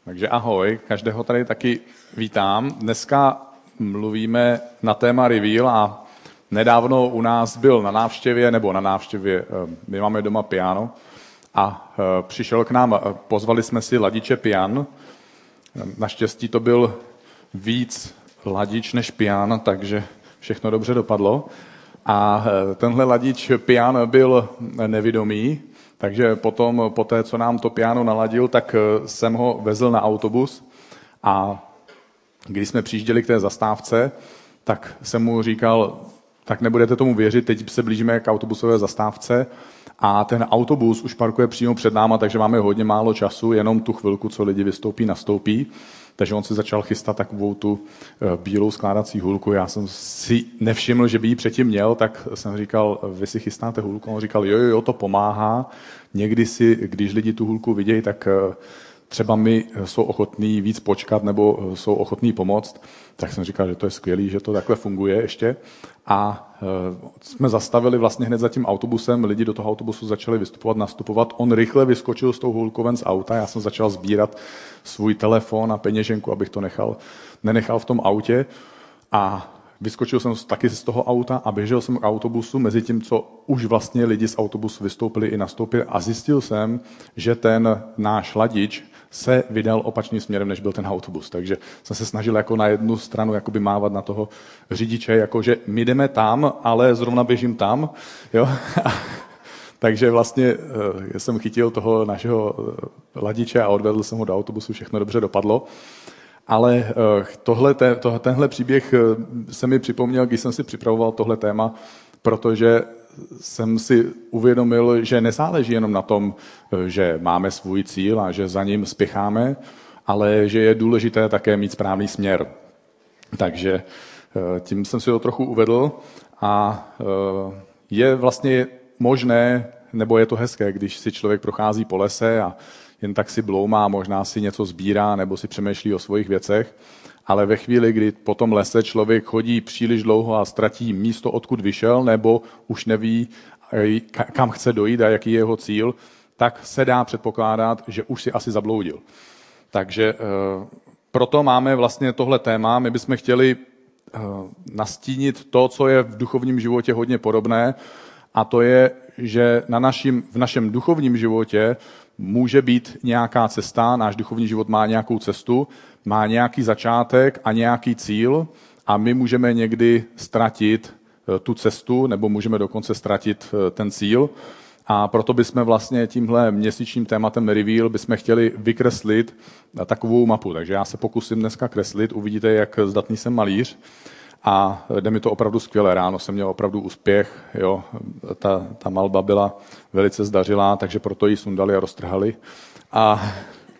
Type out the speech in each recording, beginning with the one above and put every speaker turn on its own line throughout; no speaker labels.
Takže ahoj, každého tady taky vítám. Dneska mluvíme na téma Reveal a nedávno u nás byl na návštěvě, my máme doma piano a přišel k nám, pozvali jsme si Ladiče pian. Naštěstí to byl víc Ladič než pian, takže všechno dobře dopadlo. A tenhle Ladič pian byl nevidomý, takže po té, co nám to piano naladil, tak jsem ho vezl na autobus a když jsme přijížděli k té zastávce, tak jsem mu říkal, tak nebudete tomu věřit, teď se blížíme k autobusové zastávce a ten autobus už parkuje přímo před náma, takže máme hodně málo času, jenom tu chvilku, co lidi vystoupí, nastoupí. Takže on si začal chystat takovou tu bílou skládací hůlku. Já jsem si nevšiml, že by ji předtím měl, tak jsem říkal, vy si chystáte hůlku? On říkal, jo, to pomáhá. Někdy si, když lidi tu hůlku vidějí, tak třeba mi jsou ochotní víc počkat nebo jsou ochotní pomoct. Tak jsem říkal, že to je skvělý, že to takhle funguje ještě. A jsme zastavili vlastně hned za tím autobusem, lidi do toho autobusu začali nastupovat. On rychle vyskočil s tou hůlkou ven z auta, já jsem začal sbírat svůj telefon a peněženku, abych to nenechal v tom autě. A vyskočil jsem taky z toho auta a běžel jsem k autobusu, mezi tím, co už vlastně lidi z autobusu vystoupili i nastoupili a zjistil jsem, že ten náš Ladič se vydal opačným směrem, než byl ten autobus. Takže jsem se snažil jako na jednu stranu jakoby mávat na toho řidiče, jakože my jdeme tam, ale zrovna běžím tam. Jo? Takže vlastně jsem chytil toho našeho Ladiče a odvedl jsem ho do autobusu, všechno dobře dopadlo. Ale tenhle příběh se mi připomněl, když jsem si připravoval tohle téma, protože jsem si uvědomil, že nezáleží jenom na tom, že máme svůj cíl a že za ním spěcháme, ale že je důležité také mít správný směr. Takže tím jsem si to trochu uvedl a je vlastně možné, nebo je to hezké, když si člověk prochází po lese a jen tak si bloumá, možná si něco sbírá nebo si přemýšlí o svých věcech, ale ve chvíli, kdy po tom lese člověk chodí příliš dlouho a ztratí místo, odkud vyšel, nebo už neví, kam chce dojít a jaký je jeho cíl, tak se dá předpokládat, že už si asi zabloudil. Takže proto máme vlastně tohle téma. My bychom chtěli nastínit to, co je v duchovním životě hodně podobné, a to je, že v našem duchovním životě může být nějaká cesta, náš duchovní život má nějakou cestu, má nějaký začátek a nějaký cíl a my můžeme někdy ztratit tu cestu nebo můžeme dokonce ztratit ten cíl. A proto bychom vlastně tímhle měsíčním tématem Reveal bychom chtěli vykreslit takovou mapu. Takže já se pokusím dneska kreslit, uvidíte, jak zdatný jsem malíř. A jde mi to opravdu skvěle. Ráno jsem měl opravdu úspěch. Jo. Ta malba byla velice zdařilá, takže proto ji sundali a roztrhali. A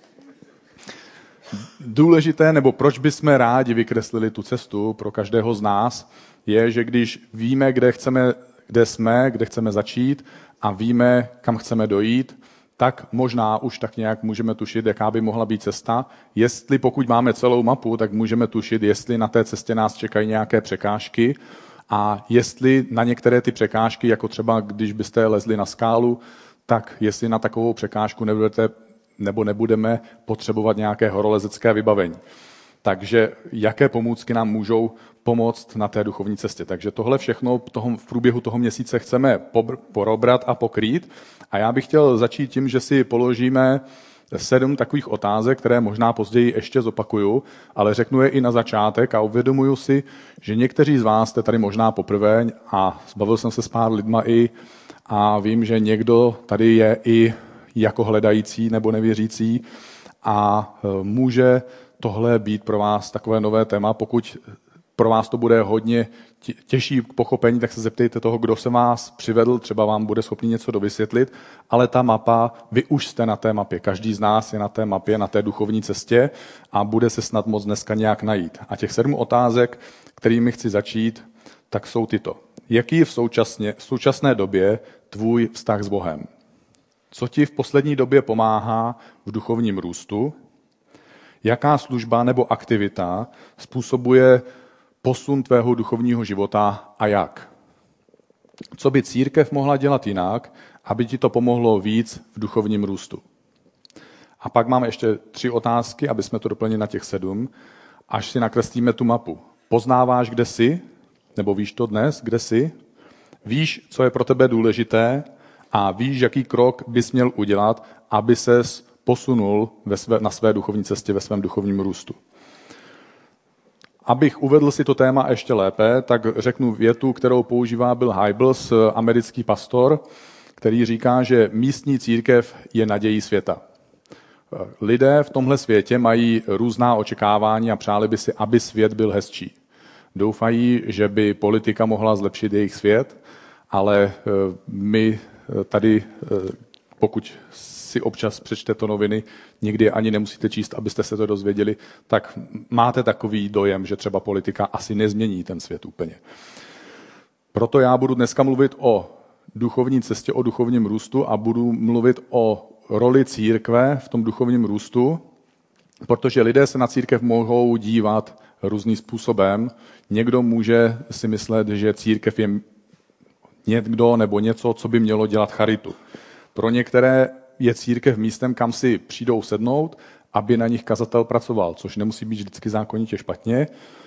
důležité, nebo proč bychom rádi vykreslili tu cestu pro každého z nás, je, že když víme, kde jsme, kde chceme začít a víme, kam chceme dojít, tak možná už tak nějak můžeme tušit, jaká by mohla být cesta. Jestli pokud máme celou mapu, tak můžeme tušit, jestli na té cestě nás čekají nějaké překážky a jestli na některé ty překážky, jako třeba když byste lezli na skálu, tak jestli na takovou překážku nebudeme potřebovat nějaké horolezecké vybavení. Takže jaké pomůcky nám můžou pomoct na té duchovní cestě. Takže tohle všechno v průběhu toho měsíce chceme porobrat a pokrýt. A já bych chtěl začít tím, že si položíme 7 takových otázek, které možná později ještě zopakuju, ale řeknu je i na začátek a uvědomuju si, že někteří z vás jste tady možná poprvé a zbavil jsem se s pár lidma a vím, že někdo tady je i jako hledající nebo nevěřící a může tohle být pro vás takové nové téma. Pokud pro vás to bude hodně těžší k pochopení, tak se zeptejte toho, kdo se vás přivedl, třeba vám bude schopný něco dovysvětlit, ale ta mapa, vy už jste na té mapě, každý z nás je na té mapě, na té duchovní cestě a bude se snad moc dneska nějak najít. A těch 7 otázek, kterými chci začít, tak jsou tyto. Jaký je v současné době tvůj vztah s Bohem? Co ti v poslední době pomáhá v duchovním růstu? Jaká služba nebo aktivita způsobuje posun tvého duchovního života a jak? Co by církev mohla dělat jinak, aby ti to pomohlo víc v duchovním růstu? A pak máme ještě 3 otázky, aby jsme to doplnili na těch 7, až si nakreslíme tu mapu. Poznáváš, kde jsi? Nebo víš to dnes, kde jsi? Víš, co je pro tebe důležité a víš, jaký krok bys měl udělat, aby ses posunul na své duchovní cestě, ve svém duchovním růstu. Abych uvedl si to téma ještě lépe, tak řeknu větu, kterou používá Bill Hybels, americký pastor, který říká, že místní církev je nadějí světa. Lidé v tomhle světě mají různá očekávání a přáli by si, aby svět byl hezčí. Doufají, že by politika mohla zlepšit jejich svět, ale my tady, pokud si občas přečtete noviny, nikdy ani nemusíte číst, abyste se to dozvěděli, tak máte takový dojem, že třeba politika asi nezmění ten svět úplně. Proto já budu dneska mluvit o duchovní cestě, o duchovním růstu a budu mluvit o roli církve v tom duchovním růstu, protože lidé se na církev mohou dívat různým způsobem. Někdo může si myslet, že církev je někdo nebo něco, co by mělo dělat charitu. Pro některé je církev místem, kam si přijdou sednout, aby na nich kazatel pracoval, což nemusí být vždycky zákonitě špatně.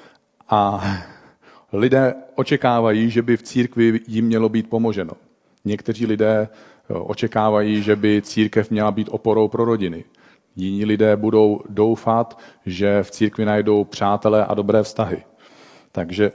A lidé očekávají, že by v církvi jim mělo být pomoženo. Někteří lidé očekávají, že by církev měla být oporou pro rodiny. Jiní lidé budou doufat, že v církvi najdou přátelé a dobré vztahy. Takže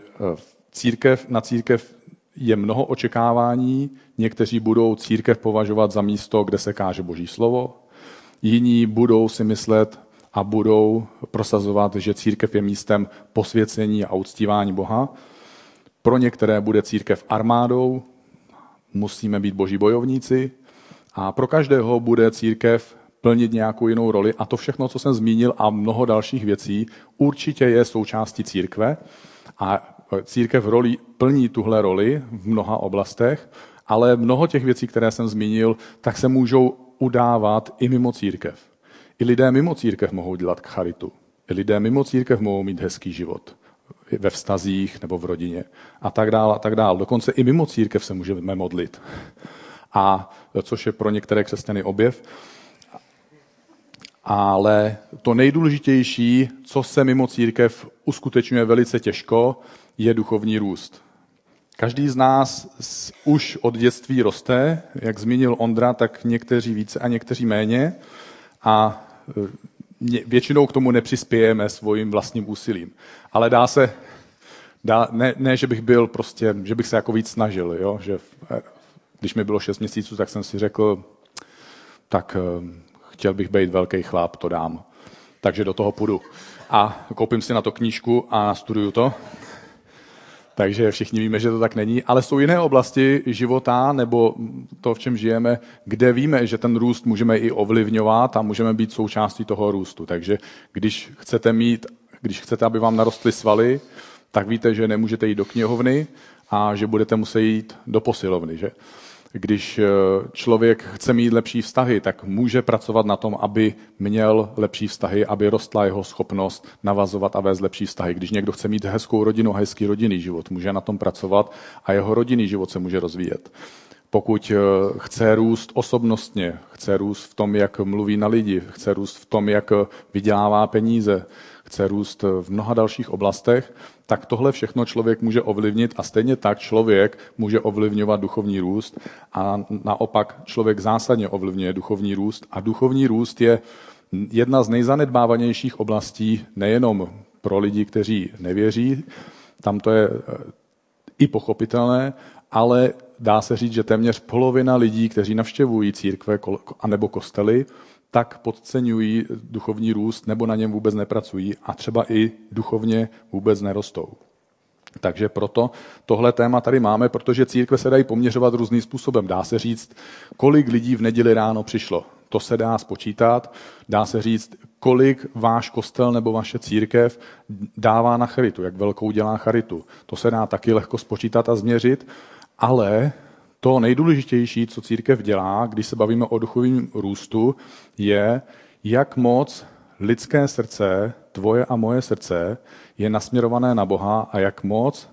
na církev je mnoho očekávání. Někteří budou církev považovat za místo, kde se káže Boží slovo. Jiní budou si myslet a budou prosazovat, že církev je místem posvěcení a uctívání Boha. Pro některé bude církev armádou, musíme být boží bojovníci. A pro každého bude církev plnit nějakou jinou roli. A to všechno, co jsem zmínil a mnoho dalších věcí, určitě je součástí církve. A církev plní tuhle roli v mnoha oblastech, ale mnoho těch věcí, které jsem zmínil, tak se můžou udávat i mimo církev. I lidé mimo církev mohou dělat charitu. I lidé mimo církev mohou mít hezký život ve vztazích nebo v rodině a tak dále a tak dále. Dokonce i mimo církev se můžeme modlit. A což je pro některé křesťany objev. Ale to nejdůležitější, co se mimo církev uskutečňuje velice těžko, je duchovní růst. Každý z nás už od dětství roste, jak zmínil Ondra, tak někteří více a někteří méně a většinou k tomu nepřispějeme svým vlastním úsilím. Ale ne, že bych byl prostě, že bych se jako víc snažil, jo? Že když mi bylo 6 měsíců, tak jsem si řekl, tak chtěl bych být velký chlap, to dám. Takže do toho půjdu. A koupím si na to knížku a nastuduju to. Takže všichni víme, že to tak není. Ale jsou jiné oblasti života nebo to, v čem žijeme, kde víme, že ten růst můžeme i ovlivňovat a můžeme být součástí toho růstu. Takže když chcete, aby vám narostly svaly, tak víte, že nemůžete jít do knihovny a že budete muset jít do posilovny. Že? Když člověk chce mít lepší vztahy, tak může pracovat na tom, aby měl lepší vztahy, aby rostla jeho schopnost navazovat a vést lepší vztahy. Když někdo chce mít hezkou rodinu, hezký rodinný život, může na tom pracovat a jeho rodinný život se může rozvíjet. Pokud chce růst osobnostně, chce růst v tom, jak mluví na lidi, chce růst v tom, jak vydělává peníze, chce růst v mnoha dalších oblastech, tak tohle všechno člověk může ovlivnit a stejně tak člověk může ovlivňovat duchovní růst a naopak člověk zásadně ovlivňuje duchovní růst a duchovní růst je jedna z nejzanedbávanějších oblastí nejenom pro lidi, kteří nevěří, tam to je i pochopitelné, ale dá se říct, že téměř polovina lidí, kteří navštěvují církve anebo kostely, tak podceňují duchovní růst nebo na něm vůbec nepracují a třeba i duchovně vůbec nerostou. Takže proto tohle téma tady máme, protože církve se dají poměřovat různým způsobem. Dá se říct, kolik lidí v neděli ráno přišlo. To se dá spočítat. Dá se říct, kolik váš kostel nebo vaše církev dává na charitu, jak velkou dělá charitu. To se dá taky lehko spočítat a změřit, ale to nejdůležitější, co církev dělá, když se bavíme o duchovním růstu, je, jak moc lidské srdce, tvoje a moje srdce, je nasměrované na Boha a jak moc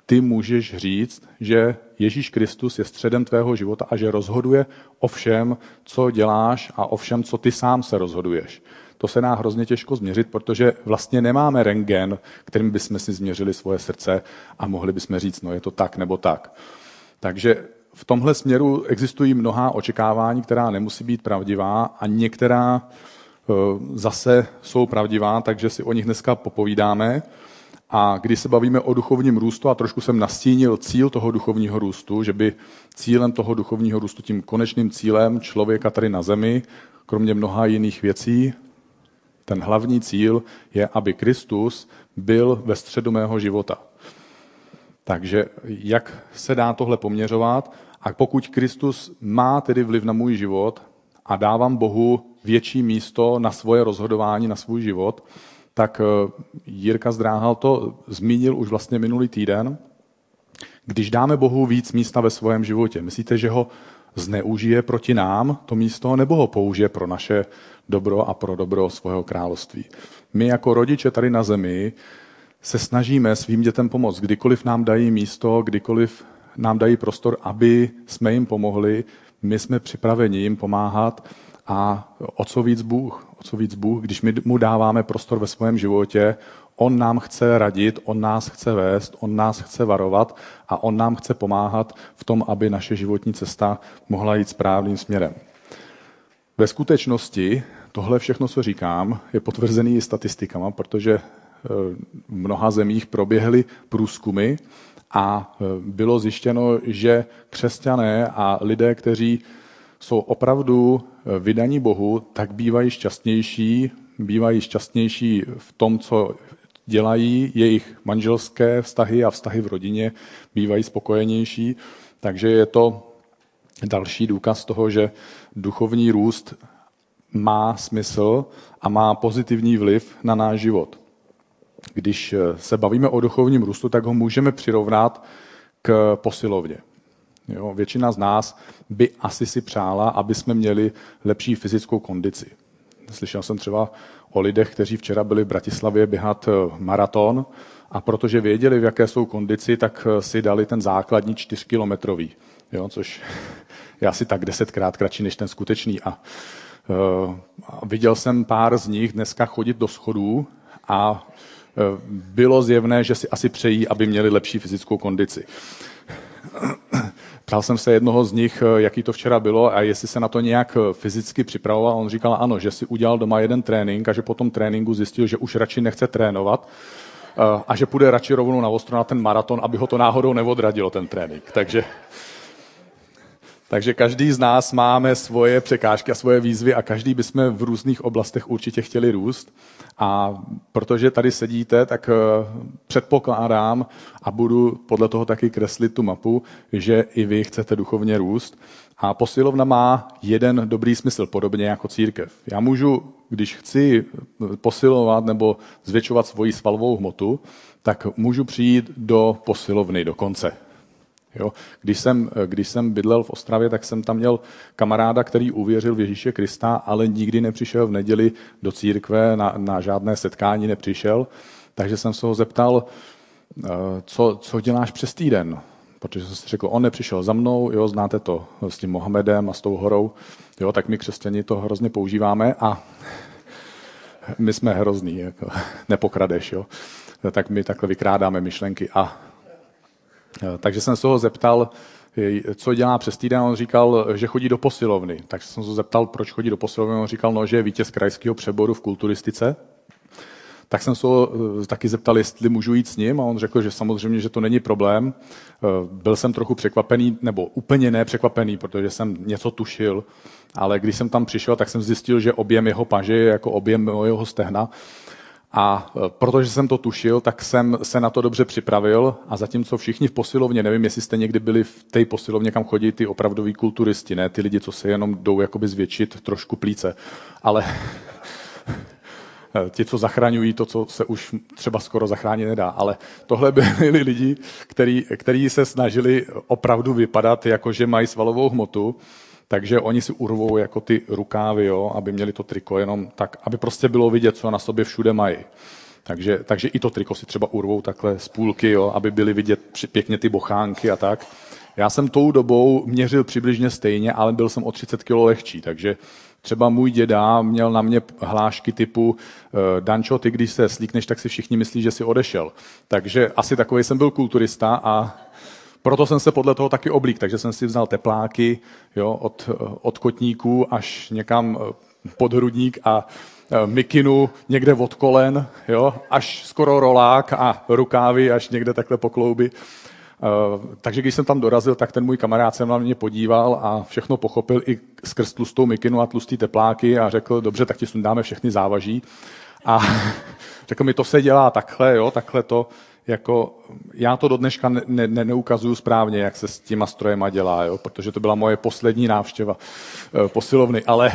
ty můžeš říct, že Ježíš Kristus je středem tvého života a že rozhoduje o všem, co děláš a o všem, co ty sám se rozhoduješ. To se dá hrozně těžko změřit, protože vlastně nemáme rentgen, kterým bychom si změřili svoje srdce a mohli bychom říct, no je to tak nebo tak. Takže v tomhle směru existují mnohá očekávání, která nemusí být pravdivá a některá zase jsou pravdivá, takže si o nich dneska popovídáme. A když se bavíme o duchovním růstu, a trošku jsem nastínil cíl toho duchovního růstu, že by cílem toho duchovního růstu, tím konečným cílem člověka tady na zemi, kromě mnoha jiných věcí, ten hlavní cíl je, aby Kristus byl ve středu mého života. Takže jak se dá tohle poměřovat? A pokud Kristus má tedy vliv na můj život a dávám Bohu větší místo na svoje rozhodování, na svůj život, tak Jirka Zdráhal to zmínil už vlastně minulý týden. Když dáme Bohu víc místa ve svém životě, myslíte, že ho zneužije proti nám to místo, nebo ho použije pro naše dobro a pro dobro svého království? My jako rodiče tady na zemi se snažíme svým dětem pomoct. Kdykoliv nám dají místo, kdykoliv nám dají prostor, aby jsme jim pomohli, my jsme připraveni jim pomáhat. A o co víc Bůh, když my mu dáváme prostor ve svém životě, on nám chce radit, on nás chce vést, on nás chce varovat a on nám chce pomáhat v tom, aby naše životní cesta mohla jít správným směrem. Ve skutečnosti tohle všechno, co říkám, je potvrzený i statistikama, protože v mnoha zemích proběhly průzkumy a bylo zjištěno, že křesťané a lidé, kteří jsou opravdu vydaní Bohu, tak bývají šťastnější v tom, co dělají, jejich manželské vztahy a vztahy v rodině bývají spokojenější, takže je to další důkaz toho, že duchovní růst má smysl a má pozitivní vliv na náš život. Když se bavíme o duchovním růstu, tak ho můžeme přirovnat k posilovně. Jo, většina z nás by asi si přála, aby jsme měli lepší fyzickou kondici. Slyšel jsem třeba o lidech, kteří včera byli v Bratislavě běhat maraton a protože věděli, v jaké jsou kondici, tak si dali ten základní 4kilometrový, jo, což je asi tak 10krát kratší než ten skutečný. A viděl jsem pár z nich dneska chodit do schodů a bylo zjevné, že si asi přejí, aby měli lepší fyzickou kondici. Ptal jsem se jednoho z nich, jaký to včera bylo a jestli se na to nějak fyzicky připravoval. On říkal ano, že si udělal doma jeden trénink a že po tom tréninku zjistil, že už radši nechce trénovat a že půjde radši rovnou na ostro na ten maraton, aby ho to náhodou neodradilo, ten trénink. Takže každý z nás máme svoje překážky a svoje výzvy a každý bychom v různých oblastech určitě chtěli růst. A protože tady sedíte, tak předpokládám a budu podle toho taky kreslit tu mapu, že i vy chcete duchovně růst. A posilovna má jeden dobrý smysl, podobně jako církev. Já můžu, když chci posilovat nebo zvětšovat svoji svalovou hmotu, tak můžu přijít do posilovny dokonce. Jo? Když jsem bydlel v Ostravě, tak jsem tam měl kamaráda, který uvěřil v Ježíše Krista, ale nikdy nepřišel v neděli do církve, na žádné setkání nepřišel. Takže jsem se ho zeptal, co děláš přes týden? Protože jsem si řekl, on nepřišel za mnou, jo, znáte to s tím Mohamedem a s tou horou, jo, tak my křesťani to hrozně používáme a my jsme hrozný, jako, nepokradeš, jo. Tak my takhle vykrádáme myšlenky takže jsem se ho zeptal, co dělá přes týden, on říkal, že chodí do posilovny. Tak jsem se zeptal, proč chodí do posilovny, on říkal, no, že je vítěz krajského přeboru v kulturistice. Tak jsem se ho taky zeptal, jestli můžu jít s ním a on řekl, že samozřejmě, že to není problém. Byl jsem trochu překvapený, nebo úplně nepřekvapený, protože jsem něco tušil, ale když jsem tam přišel, tak jsem zjistil, že objem jeho paže je jako objem mého stehna. A protože jsem to tušil, tak jsem se na to dobře připravil a zatímco všichni v posilovně, nevím, jestli jste někdy byli v té posilovně, kam chodí ty opravdoví kulturisti, ne ty lidi, co se jenom jdou jakoby zvětšit trošku plíce, ale ti, co zachraňují to, co se už třeba skoro zachránit nedá. Ale tohle byli lidi, kteří se snažili opravdu vypadat, jako že mají svalovou hmotu, takže oni si urvou jako ty rukávy, jo, aby měli to triko jenom tak, aby prostě bylo vidět, co na sobě všude mají. Takže i to triko si třeba urvou takhle z půlky, jo, aby byly vidět pěkně ty bochánky a tak. Já jsem tou dobou měřil přibližně stejně, ale byl jsem o 30 kg lehčí, takže třeba můj děda měl na mě hlášky typu Dančo, ty když se slíkneš, tak si všichni myslí, že jsi odešel. Takže asi takovej jsem byl kulturista a proto jsem se podle toho taky oblík, takže jsem si vzal tepláky, jo, od kotníků až někam pod hrudník a mikinu někde od kolen, jo, až skoro rolák a rukávy až někde takhle po kloubi. Takže když jsem tam dorazil, tak ten můj kamarád se na mě podíval a všechno pochopil i skrz tlustou mikinu a tlustý tepláky a řekl, dobře, tak ti sundáme všechny závaží. A řekl mi, to se dělá takhle, jo, takhle to, jako já to do dneška neukazuju správně, jak se s těma strojema dělá, jo, protože to byla moje poslední návštěva posilovny, ale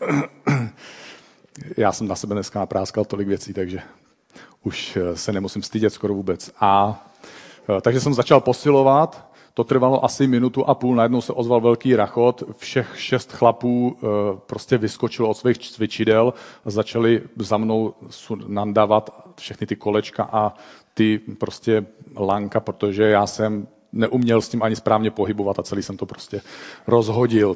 já jsem na sebe dneska napráskal tolik věcí, takže už se nemusím stydět skoro vůbec. Takže jsem začal posilovat, to trvalo asi 1,5 minuty, najednou se ozval velký rachot, všech 6 chlapů prostě vyskočilo od svých cvičidel a začali za mnou nandávat všechny ty kolečka a ty prostě lanka, protože já jsem neuměl s tím ani správně pohybovat a celý jsem to prostě rozhodil.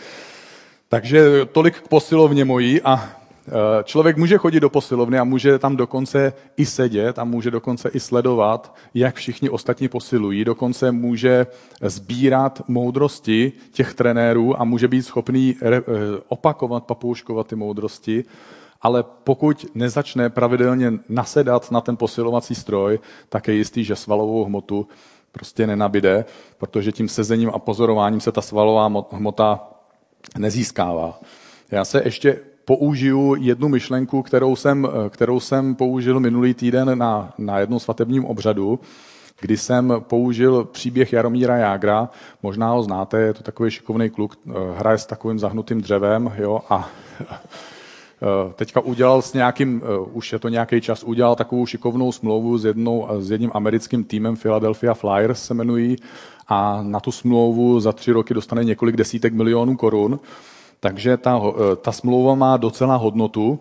Takže tolik k posilovně mojí a člověk může chodit do posilovny a může tam dokonce i sedět a může dokonce i sledovat, jak všichni ostatní posilují, dokonce může sbírat moudrosti těch trenérů a může být schopný opakovat, papouškovat ty moudrosti, ale pokud nezačne pravidelně nasedat na ten posilovací stroj, tak je jistý, že svalovou hmotu prostě nenabide, protože tím sezením a pozorováním se ta svalová hmota nezískává. Já se ještě použiju jednu myšlenku, kterou jsem použil minulý týden na jednom svatebním obřadu, kdy jsem použil příběh Jaromíra Jágra. Možná ho znáte, je to takový šikovný kluk, hraje s takovým zahnutým dřevem, jo, a teďka udělal s nějakým, už je to nějaký čas, udělal takovou šikovnou smlouvu s jedním americkým týmem, Philadelphia Flyers se jmenují, a na tu smlouvu za 3 roky dostane několik desítek milionů korun. Takže ta smlouva má docela hodnotu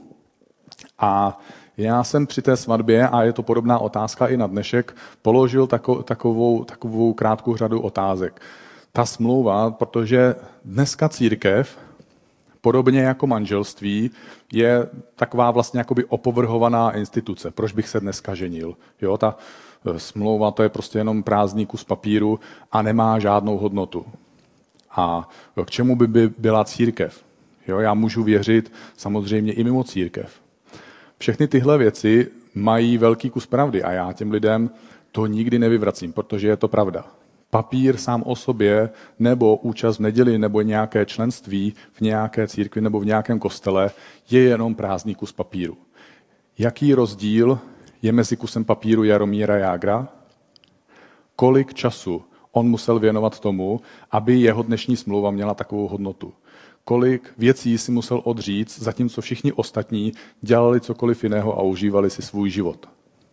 a já jsem při té svatbě, a je to podobná otázka i na dnešek, položil takovou krátkou řadu otázek. Ta smlouva, protože dneska církev, podobně jako manželství, je taková vlastně jakoby opovrhovaná instituce. Proč bych se dneska ženil? Jo, ta smlouva, to je prostě jenom prázdný kus papíru a nemá žádnou hodnotu. A k čemu by byla církev? Jo, já můžu věřit samozřejmě i mimo církev. Všechny tyhle věci mají velký kus pravdy a já těm lidem to nikdy nevyvracím, protože je to pravda. Papír sám o sobě, nebo účast v neděli, nebo nějaké členství v nějaké církvi nebo v nějakém kostele je jenom prázdný kus papíru. Jaký rozdíl je mezi kusem papíru Jaromíra Jágra? Kolik času on musel věnovat tomu, aby jeho dnešní smlouva měla takovou hodnotu? Kolik věcí si musel odříct, zatímco všichni ostatní dělali cokoliv jiného a užívali si svůj život?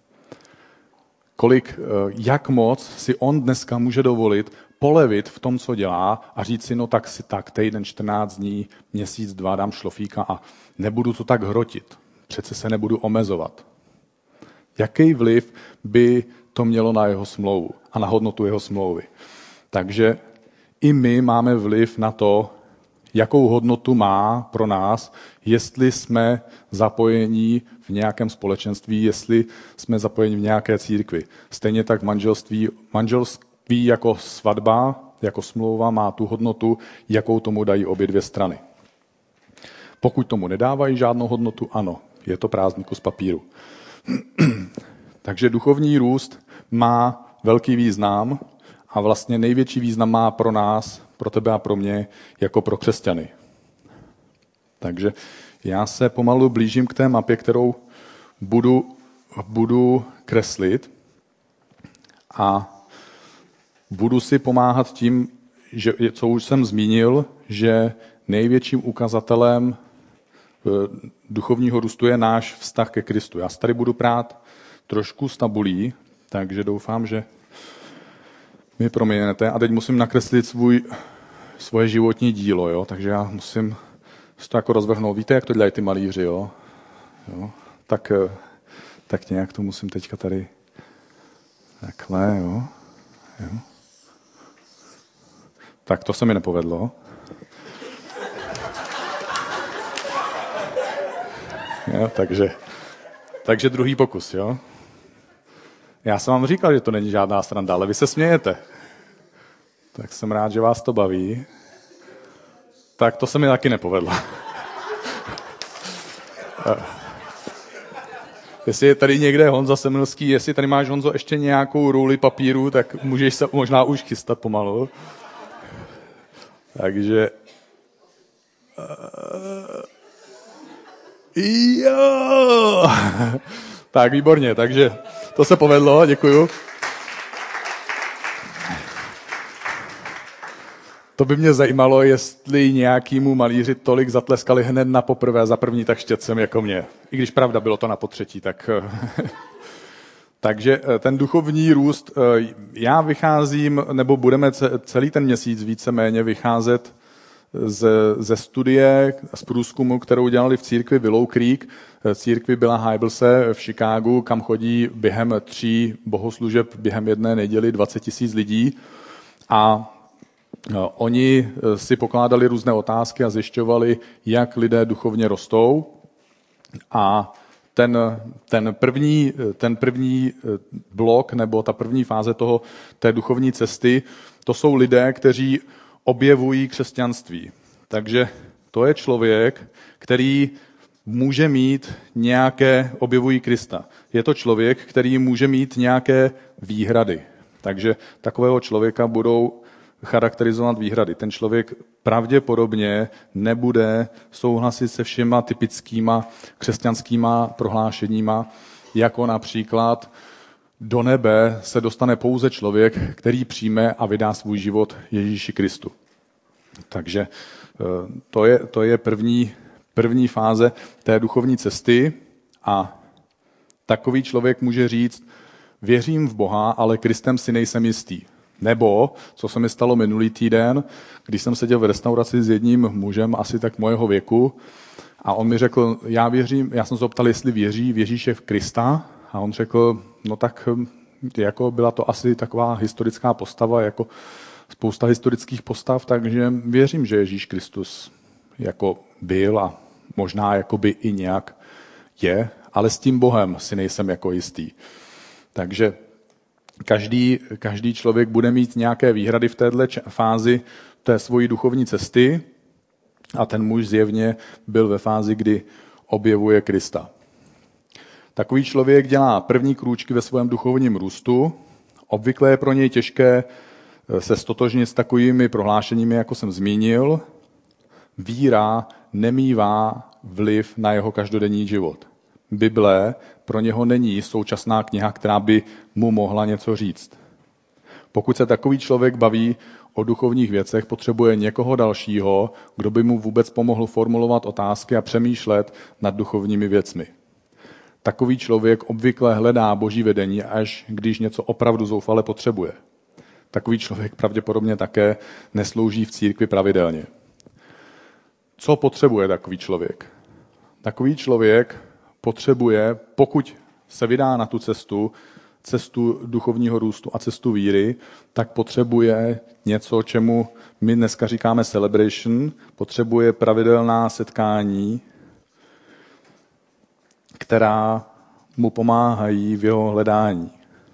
Jak moc si on dneska může dovolit polevit v tom, co dělá a říct si, no tak týden, 14 dní, měsíc, 2 dám šlofíka a nebudu to tak hrotit. Přece se nebudu omezovat. Jaký vliv by to mělo na jeho smlouvu a na hodnotu jeho smlouvy? Takže i my máme vliv na to, jakou hodnotu má pro nás, jestli jsme zapojení v nějakém společenství, jestli jsme zapojení v nějaké církvi. Stejně tak manželství jako svatba, jako smlouva má tu hodnotu, jakou tomu dají obě dvě strany. Pokud tomu nedávají žádnou hodnotu, ano, je to prázdný kus papíru. Takže duchovní růst má velký význam a vlastně největší význam má pro nás, pro tebe a pro mě, jako pro křesťany. Takže já se pomalu blížím k té mapě, kterou budu kreslit a budu si pomáhat tím, že, co už jsem zmínil, že největším ukazatelem duchovního růstu je náš vztah ke Kristu. Já se tady budu prát trošku s tabulí, takže doufám, že mi proměnete. A teď musím nakreslit svoje životní dílo, jo? Takže já musím to jako rozvrhnout. Víte, jak to dělají ty malíři, jo? Tak Tak nějak to musím teďka tady takhle, jo. Tak to se mi nepovedlo. Jo, takže druhý pokus, jo. Já jsem vám říkal, že to není žádná sranda, ale vy se smějete. Tak jsem rád, že vás to baví. Tak to se mi taky nepovedlo. Jestli je tady někde Honza Semilský, jestli tady máš, Honzo, ještě nějakou růli papíru, tak můžeš se možná už chystat pomalu. Takže... Jo! Tak, výborně, takže to se povedlo, děkuju. To by mě zajímalo, jestli nějakýmu malíři tolik zatleskali hned na poprvé za první tak štětcem jako mě. I když pravda, bylo to na potřetí, tak... Takže ten duchovní růst, já vycházím, nebo budeme celý ten měsíc víceméně vycházet ze studie, z průzkumu, kterou dělali v církvi Willow Creek. Církvi Billa Hybelse v Chicagu, kam chodí během 3 bohoslužeb během jedné neděli 20 000 lidí. A oni si pokládali různé otázky a zjišťovali, jak lidé duchovně rostou. A ten první blok, nebo ta první fáze té duchovní cesty, to jsou lidé, kteří objevují křesťanství. Takže to je člověk, který může mít objevují Krista. Je to člověk, který může mít nějaké výhrady. Takže takového člověka budou charakterizovat výhrady. Ten člověk pravděpodobně nebude souhlasit se všema typickýma křesťanskýma prohlášeníma, jako například do nebe se dostane pouze člověk, který přijme a vydá svůj život Ježíši Kristu. Takže to je první fáze té duchovní cesty a takový člověk může říct, věřím v Boha, ale Kristem si nejsem jistý. Nebo, co se mi stalo minulý týden, když jsem seděl v restauraci s jedním mužem, asi tak mojeho věku, a on mi řekl, já jsem se optal, jestli věří v Ježíše Krista, a on řekl, no tak jako byla to asi taková historická postava, jako spousta historických postav, takže věřím, že Ježíš Kristus jako byl a možná jakoby i nějak je, ale s tím Bohem si nejsem jako jistý. Takže každý člověk bude mít nějaké výhrady v této fázi té svojí duchovní cesty a ten muž zjevně byl ve fázi, kdy objevuje Krista. Takový člověk dělá první krůčky ve svém duchovním růstu. Obvykle je pro něj těžké se stotožnit s takovými prohlášeními, jako jsem zmínil. Víra nemívá vliv na jeho každodenní život. Bible pro něho není současná kniha, která by mu mohla něco říct. Pokud se takový člověk baví o duchovních věcech, potřebuje někoho dalšího, kdo by mu vůbec pomohl formulovat otázky a přemýšlet nad duchovními věcmi. Takový člověk obvykle hledá Boží vedení, až když něco opravdu zoufale potřebuje. Takový člověk pravděpodobně také neslouží v církvi pravidelně. Co potřebuje takový člověk? Takový člověk potřebuje, pokud se vydá na tu cestu duchovního růstu a cestu víry, tak potřebuje něco, čemu my dneska říkáme celebration, potřebuje pravidelná setkání, která mu pomáhají v jeho hledání.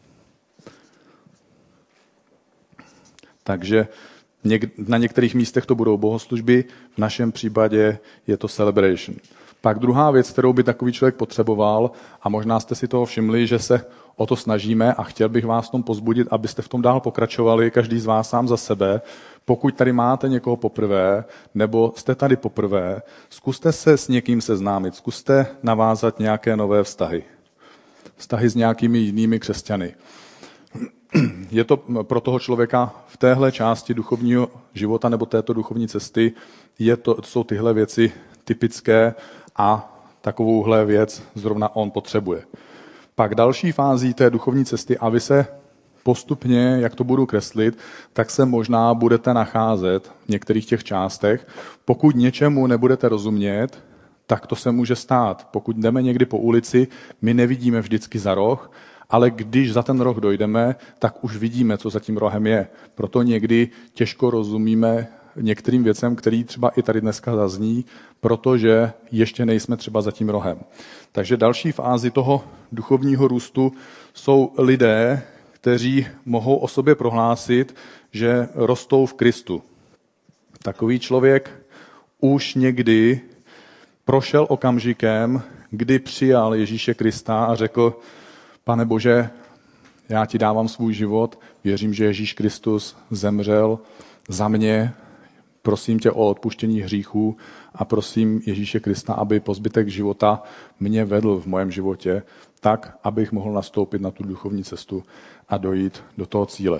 Takže na některých místech to budou bohoslužby, v našem případě je to celebration. Pak druhá věc, kterou by takový člověk potřeboval, a možná jste si toho všimli, že se o to snažíme a chtěl bych vás v tom pozbudit, abyste v tom dál pokračovali, každý z vás sám za sebe. Pokud tady máte někoho poprvé, nebo jste tady poprvé, zkuste se s někým seznámit, zkuste navázat nějaké nové vztahy. Vztahy s nějakými jinými křesťany. Je to pro toho člověka v téhle části duchovního života nebo této duchovní cesty, jsou tyhle věci typické a takovouhle věc zrovna on potřebuje. Pak další fází té duchovní cesty, a vy se postupně, jak to budu kreslit, tak se možná budete nacházet v některých těch částech. Pokud něčemu nebudete rozumět, tak to se může stát. Pokud jdeme někdy po ulici, my nevidíme vždycky za roh, ale když za ten roh dojdeme, tak už vidíme, co za tím rohem je. Proto někdy těžko rozumíme některým věcem, který třeba i tady dneska zazní, protože ještě nejsme třeba za tím rohem. Takže další fázi toho duchovního růstu jsou lidé, kteří mohou o sobě prohlásit, že rostou v Kristu. Takový člověk už někdy prošel okamžikem, kdy přijal Ježíše Krista a řekl: Pane Bože, já ti dávám svůj život, věřím, že Ježíš Kristus zemřel za mě, prosím tě o odpuštění hříchů a prosím Ježíše Krista, aby po zbytek života mě vedl v mém životě tak, abych mohl nastoupit na tu duchovní cestu a dojít do toho cíle.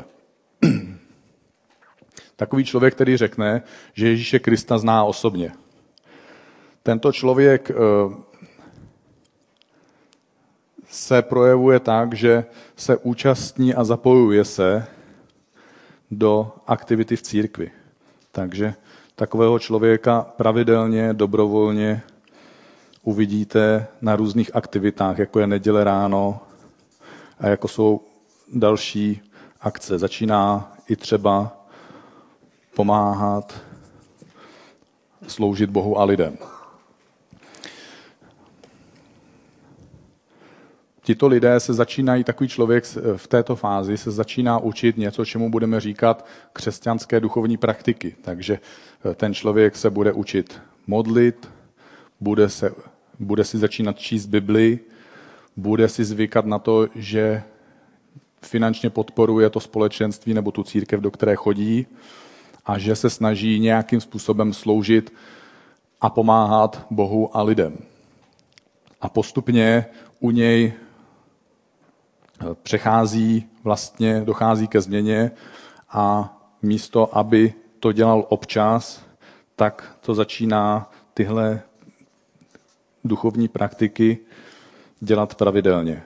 Takový člověk, který řekne, že Ježíše Krista zná osobně. Tento člověk se projevuje tak, že se účastní a zapojuje se do aktivity v církvi. Takže takového člověka pravidelně, dobrovolně uvidíte na různých aktivitách, jako je neděle ráno a jako jsou další akce. Začíná i třeba pomáhat, sloužit Bohu a lidem. Tito lidé se začínají, takový člověk v této fázi se začíná učit něco, čemu budeme říkat křesťanské duchovní praktiky. Takže ten člověk se bude učit modlit, bude si začínat číst Bibli, bude si zvykat na to, že finančně podporuje to společenství nebo tu církev, do které chodí, a že se snaží nějakým způsobem sloužit a pomáhat Bohu a lidem. A postupně u něj dochází ke změně a místo, aby to dělal občas, tak to začíná tyhle duchovní praktiky dělat pravidelně.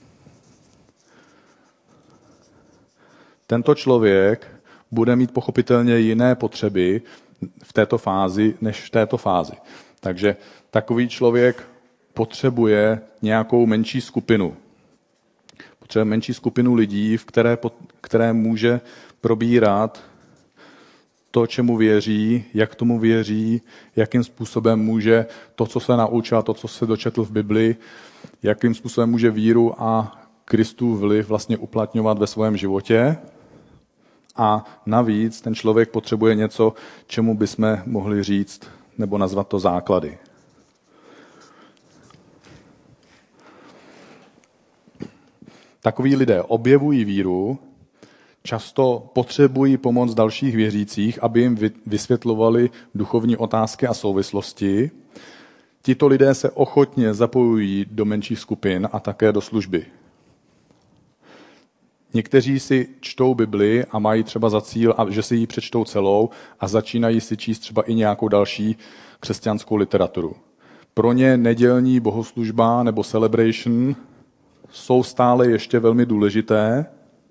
Tento člověk bude mít pochopitelně jiné potřeby v této fázi než v této fázi. Takže takový člověk potřebuje nějakou menší skupinu. Potřebuje menší skupinu lidí, v které může probírat to, čemu věří, jak tomu věří, jakým způsobem může to, co se naučil, to, co se dočetl v Bibli, jakým způsobem může víru a Kristův vliv vlastně uplatňovat ve svém životě. A navíc ten člověk potřebuje něco, čemu bychom mohli říct nebo nazvat to základy. Takoví lidé objevují víru, často potřebují pomoc dalších věřících, aby jim vysvětlovali duchovní otázky a souvislosti. Tito lidé se ochotně zapojují do menších skupin a také do služby. Někteří si čtou Bibli a mají třeba za cíl, že si ji přečtou celou a začínají si číst třeba i nějakou další křesťanskou literaturu. Pro ně nedělní bohoslužba nebo celebration jsou stále ještě velmi důležité,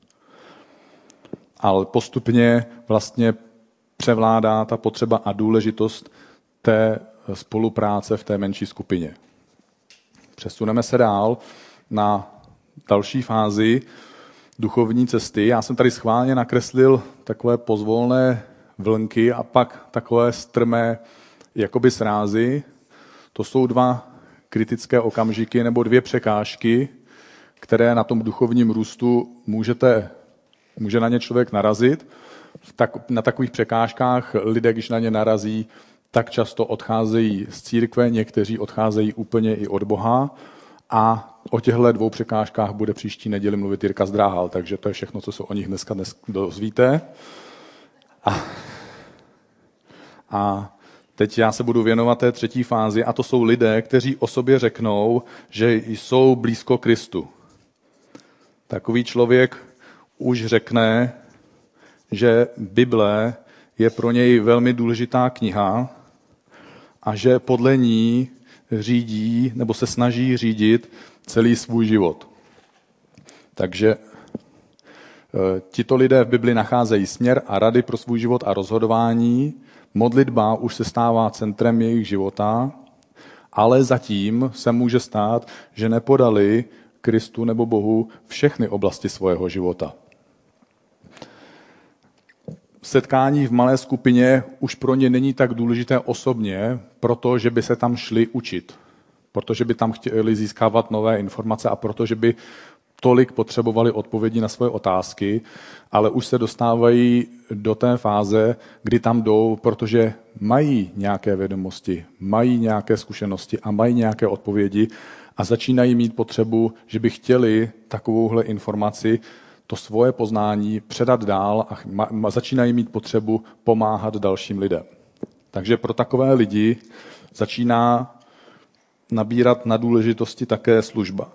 ale postupně vlastně převládá ta potřeba a důležitost té spolupráce v té menší skupině. Přesuneme se dál na další fázi duchovní cesty. Já jsem tady schválně nakreslil takové pozvolné vlnky a pak takové strmé jakoby srázy. To jsou dva kritické okamžiky nebo dvě překážky, které na tom duchovním růstu může na ně člověk narazit. Na takových překážkách lidé, když na ně narazí, tak často odcházejí z církve, někteří odcházejí úplně i od Boha. A o těchto dvou překážkách bude příští neděli mluvit Jirka Zdráhal, takže to je všechno, co se o nich dneska dozvíte. A teď já se budu věnovat té třetí fázi, a to jsou lidé, kteří o sobě řeknou, že jsou blízko Kristu. Takový člověk už řekne, že Bible je pro něj velmi důležitá kniha a že podle ní řídí nebo se snaží řídit celý svůj život. Takže tito lidé v Bibli nacházejí směr a rady pro svůj život a rozhodování. Modlitba už se stává centrem jejich života ale zatím se může stát, že nepodali Kristu nebo Bohu všechny oblasti svého života. Setkání v malé skupině už pro ně není tak důležité osobně, protože by se tam šli učit, protože by tam chtěli získávat nové informace a protože by tolik potřebovali odpovědi na svoje otázky, ale už se dostávají do té fáze, kdy tam jdou, protože mají nějaké vědomosti, mají nějaké zkušenosti a mají nějaké odpovědi a začínají mít potřebu, že by chtěli takovouhle informaci, to svoje poznání předat dál a začínají mít potřebu pomáhat dalším lidem. Takže pro takové lidi začíná nabírat na důležitosti také služba.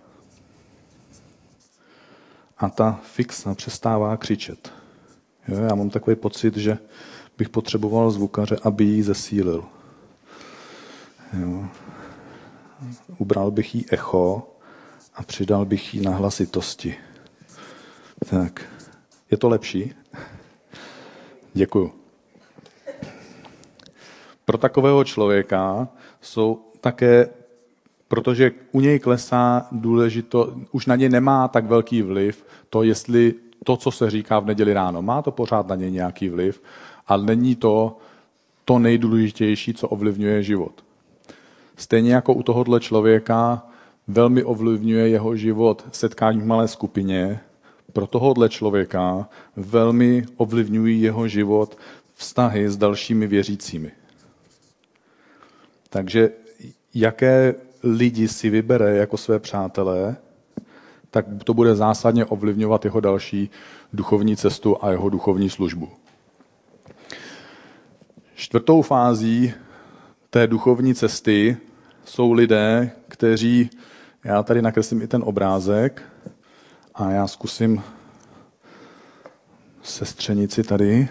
A ta fixa přestává křičet. Jo, já mám takový pocit, že bych potřeboval zvukaře, aby ji zesílil. Jo. Ubral bych jí echo a přidal bych jí na hlasitosti. Tak, je to lepší? Děkuju. Pro takového člověka jsou také, protože u něj klesá důležito, už na něj nemá tak velký vliv to, jestli to, co se říká v neděli ráno, má to pořád na něj nějaký vliv, ale není to nejdůležitější, co ovlivňuje život. Stejně jako u tohohle člověka velmi ovlivňuje jeho život setkání v malé skupině, pro tohohle člověka velmi ovlivňují jeho život vztahy s dalšími věřícími. Takže jaké lidi si vybere jako své přátelé, tak to bude zásadně ovlivňovat jeho další duchovní cestu a jeho duchovní službu. Čtvrtou fází té duchovní cesty jsou lidé, kteří, já tady nakreslím i ten obrázek a já zkusím sestřenici tady.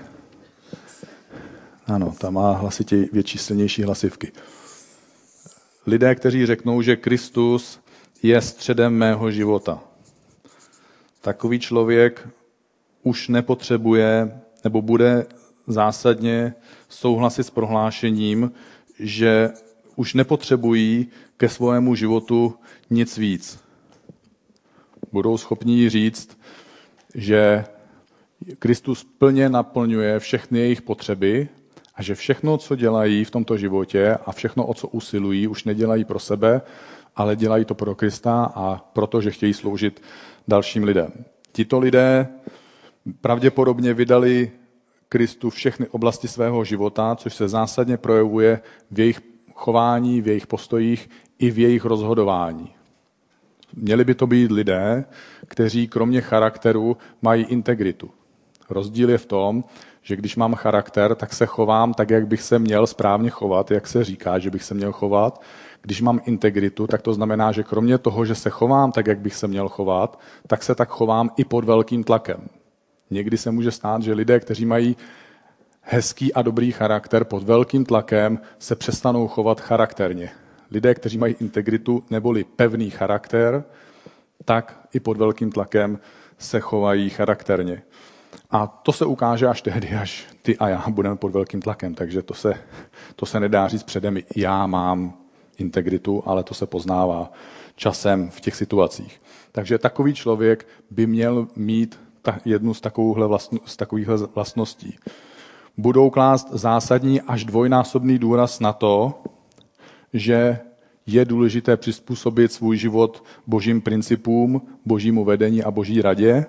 Ano, ta má hlasitě větší, silnější hlasivky. Lidé, kteří řeknou, že Kristus je středem mého života. Takový člověk už nepotřebuje nebo bude zásadně souhlasit s prohlášením, že už nepotřebují ke svému životu nic víc. Budou schopni říct, že Kristus plně naplňuje všechny jejich potřeby a že všechno, co dělají v tomto životě a všechno, o co usilují, už nedělají pro sebe, ale dělají to pro Krista a protože chtějí sloužit dalším lidem. Tito lidé pravděpodobně vydali Kristu všechny oblasti svého života, což se zásadně projevuje v jejich chování, v jejich postojích i v jejich rozhodování. Měli by to být lidé, kteří kromě charakteru mají integritu. Rozdíl je v tom, že když mám charakter, tak se chovám tak, jak bych se měl správně chovat, jak se říká, že bych se měl chovat. Když mám integritu, tak to znamená, že kromě toho, že se chovám tak, jak bych se měl chovat, tak se tak chovám i pod velkým tlakem. Někdy se může stát, že lidé, kteří mají hezký a dobrý charakter, pod velkým tlakem se přestanou chovat charakterně. Lidé, kteří mají integritu neboli pevný charakter, tak i pod velkým tlakem se chovají charakterně. A to se ukáže až tehdy, až ty a já budeme pod velkým tlakem. Takže to se nedá říct předem, já mám integritu, ale to se poznává časem v těch situacích. Takže takový člověk by měl mít jednu z takovýchhle vlastností. Budou klást zásadní až dvojnásobný důraz na to, že je důležité přizpůsobit svůj život božím principům, božímu vedení a boží radě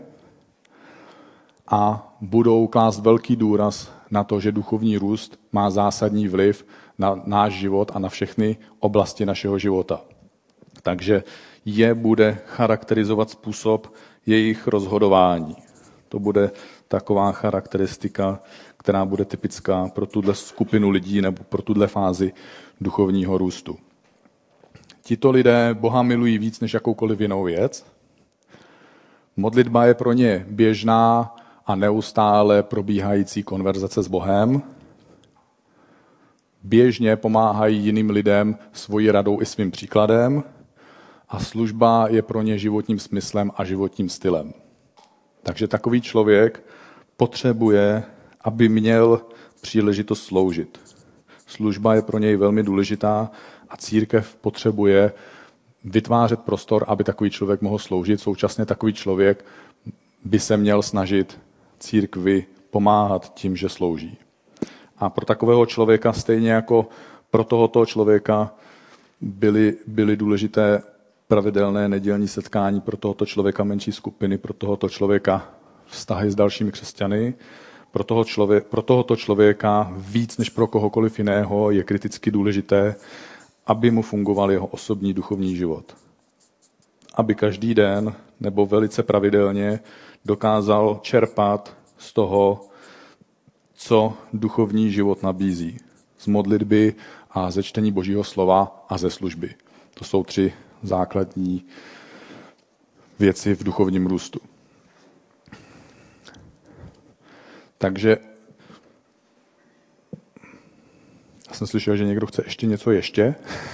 a budou klást velký důraz na to, že duchovní růst má zásadní vliv na náš život a na všechny oblasti našeho života. Takže je bude charakterizovat způsob jejich rozhodování. To bude taková charakteristika, která bude typická pro tuhle skupinu lidí nebo pro tuhle fázi duchovního růstu. Tito lidé Boha milují víc než jakoukoliv jinou věc. Modlitba je pro ně běžná a neustále probíhající konverzace s Bohem. Běžně pomáhají jiným lidem svojí radou i svým příkladem a služba je pro ně životním smyslem a životním stylem. Takže takový člověk potřebuje, aby měl příležitost sloužit. Služba je pro něj velmi důležitá A církev potřebuje vytvářet prostor, aby takový člověk mohl sloužit. Současně takový člověk by se měl snažit církvi pomáhat tím, že slouží. A pro takového člověka, stejně jako pro tohoto člověka, byly důležité pravidelné nedělní setkání, pro tohoto člověka menší skupiny, pro tohoto člověka vztahy s dalšími křesťany. Pro tohoto člověka víc než pro kohokoliv jiného je kriticky důležité, aby mu fungoval jeho osobní duchovní život. Aby každý den nebo velice pravidelně dokázal čerpat z toho, co duchovní život nabízí. Z modlitby a ze čtení Božího slova a ze služby. To jsou 3 základní věci v duchovním růstu. Takže já jsem slyšel, že někdo chce ještě něco ještě.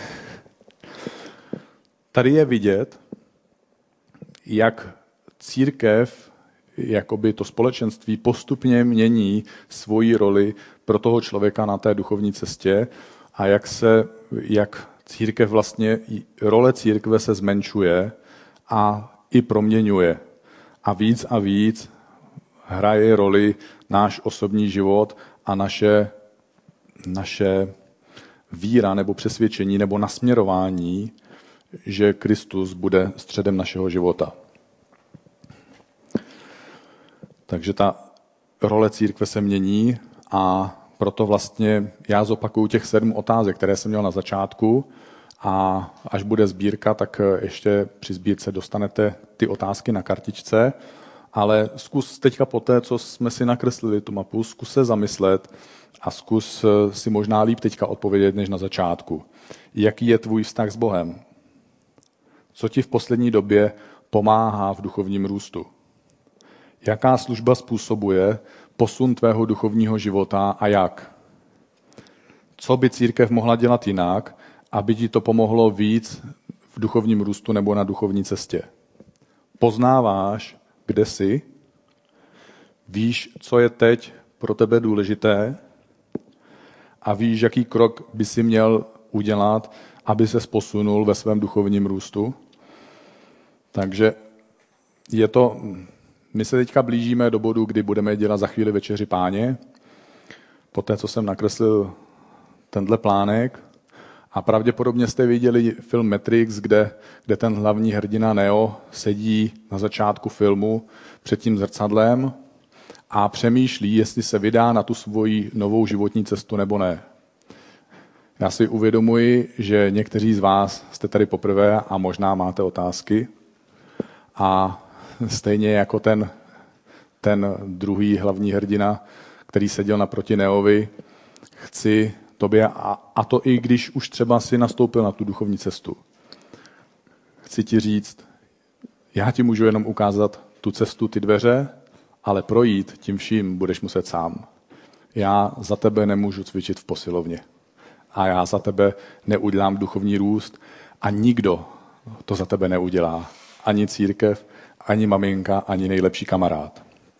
Tady je vidět, jak církev, jakoby to společenství postupně mění svoji roli pro toho člověka na té duchovní cestě a jak církev vlastně, role církve se zmenšuje a i proměňuje. A víc hraje roli náš osobní život a naše víra nebo přesvědčení nebo nasměrování, že Kristus bude středem našeho života. Takže ta role církve se mění a proto vlastně já zopakuju těch 7 otázek, které jsem měl na začátku a až bude sbírka, tak ještě při sbírce dostanete ty otázky na kartičce, ale zkus teďka poté, co jsme si nakreslili tu mapu, zkus se zamyslet a zkus si možná líp teďka odpovědět, než na začátku. Jaký je tvůj vztah s Bohem? Co ti v poslední době pomáhá v duchovním růstu? Jaká služba způsobuje posun tvého duchovního života a jak? Co by církev mohla dělat jinak, aby ti to pomohlo víc v duchovním růstu nebo na duchovní cestě? Poznáváš, kde jsi? Víš, co je teď pro tebe důležité? A víš, jaký krok by si měl udělat, aby ses posunul ve svém duchovním růstu? Takže my se teďka blížíme do bodu, kdy budeme dělat za chvíli večeři Páně. Poté, co jsem nakreslil tenhle plánek. A pravděpodobně jste viděli film Matrix, kde ten hlavní hrdina Neo sedí na začátku filmu před tím zrcadlem a přemýšlí, jestli se vydá na tu svoji novou životní cestu nebo ne. Já si uvědomuji, že někteří z vás jste tady poprvé a možná máte otázky. A stejně jako ten druhý hlavní hrdina, který seděl naproti Neovi, chci tobě, a to i když už třeba si nastoupil na tu duchovní cestu. Chci ti říct, já ti můžu jenom ukázat tu cestu, ty dveře, ale projít tím vším budeš muset sám. Já za tebe nemůžu cvičit v posilovně. A já za tebe neudělám duchovní růst a nikdo to za tebe neudělá. Ani církev, ani maminka, ani nejlepší kamarád.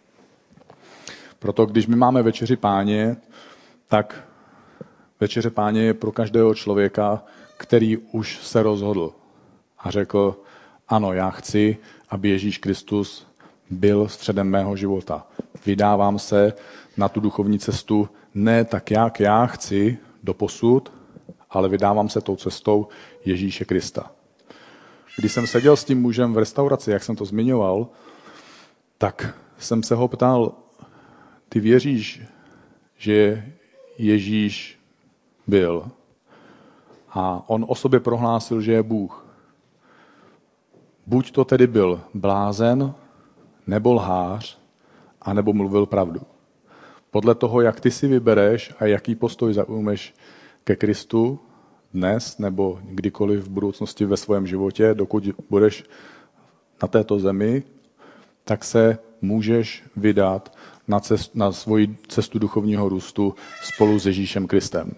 Proto když my máme večeři Páně, tak večeře Páně je pro každého člověka, který už se rozhodl a řekl, ano, já chci, aby Ježíš Kristus byl středem mého života. Vydávám se na tu duchovní cestu ne tak, jak já chci doposud, ale vydávám se tou cestou Ježíše Krista. Když jsem seděl s tím mužem v restauraci, jak jsem to zmiňoval, tak jsem se ho ptal, ty věříš, že Ježíš byl? A on o sobě prohlásil, že je Bůh. Buď to tedy byl blázen, nebo lhář, anebo mluvil pravdu. Podle toho, jak ty si vybereš a jaký postoj zaujmeš ke Kristu dnes nebo kdykoliv v budoucnosti ve svém životě, dokud budeš na této zemi, tak se můžeš vydat na svoji cestu duchovního růstu spolu s Ježíšem Kristem.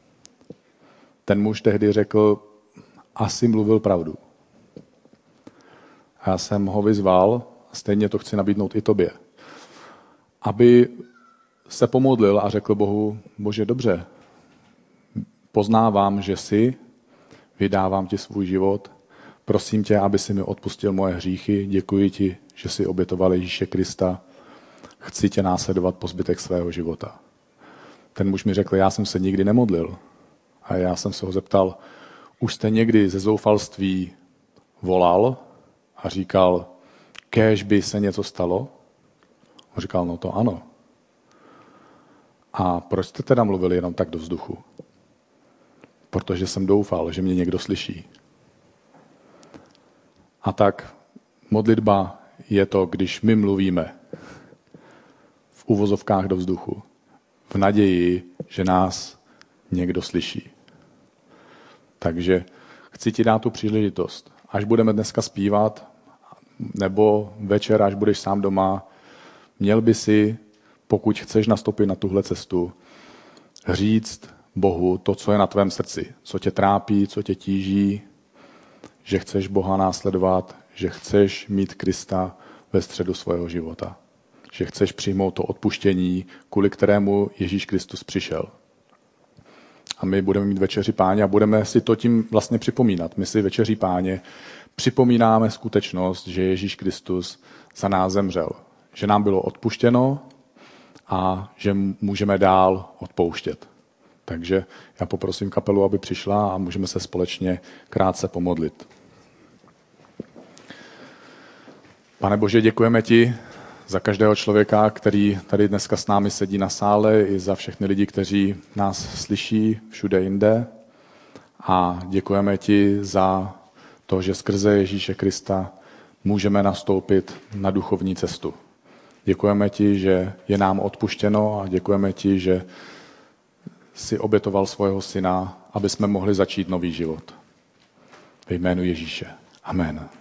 Ten muž tehdy řekl, asi mluvil pravdu. A já jsem ho vyzval, a stejně to chci nabídnout i tobě, aby se pomodlil a řekl Bohu, Bože, dobře, poznávám, že jsi, vydávám ti svůj život. Prosím tě, aby si mi odpustil moje hříchy. Děkuji ti, že jsi obětoval Ježíše Krista. Chci tě následovat po zbytek svého života. Ten muž mi řekl, já jsem se nikdy nemodlil. A já jsem se ho zeptal, už jste někdy ze zoufalství volal a říkal, kéž by se něco stalo? On říkal, no to ano. A proč jste teda mluvili jenom tak do vzduchu? Protože jsem doufal, že mě někdo slyší. A tak modlitba je to, když my mluvíme v uvozovkách do vzduchu, v naději, že nás někdo slyší. Takže chci ti dát tu příležitost. Až budeme dneska zpívat, nebo večer, až budeš sám doma, měl by si, pokud chceš nastoupit na tuhle cestu, říct Bohu to, co je na tvém srdci, co tě trápí, co tě tíží, že chceš Boha následovat, že chceš mít Krista ve středu svého života, že chceš přijmout to odpuštění, kvůli kterému Ježíš Kristus přišel. A my budeme mít večeři Páně a budeme si to tím vlastně připomínat. My si večeři Páně připomínáme skutečnost, že Ježíš Kristus za nás zemřel, že nám bylo odpuštěno a že můžeme dál odpouštět. Takže já poprosím kapelu, aby přišla a můžeme se společně krátce pomodlit. Pane Bože, děkujeme ti za každého člověka, který tady dneska s námi sedí na sále, i za všechny lidi, kteří nás slyší všude jinde. A děkujeme ti za to, že skrze Ježíše Krista můžeme nastoupit na duchovní cestu. Děkujeme ti, že je nám odpuštěno a děkujeme ti, že jsi obětoval svého syna, aby jsme mohli začít nový život. Ve jménu Ježíše. Amen.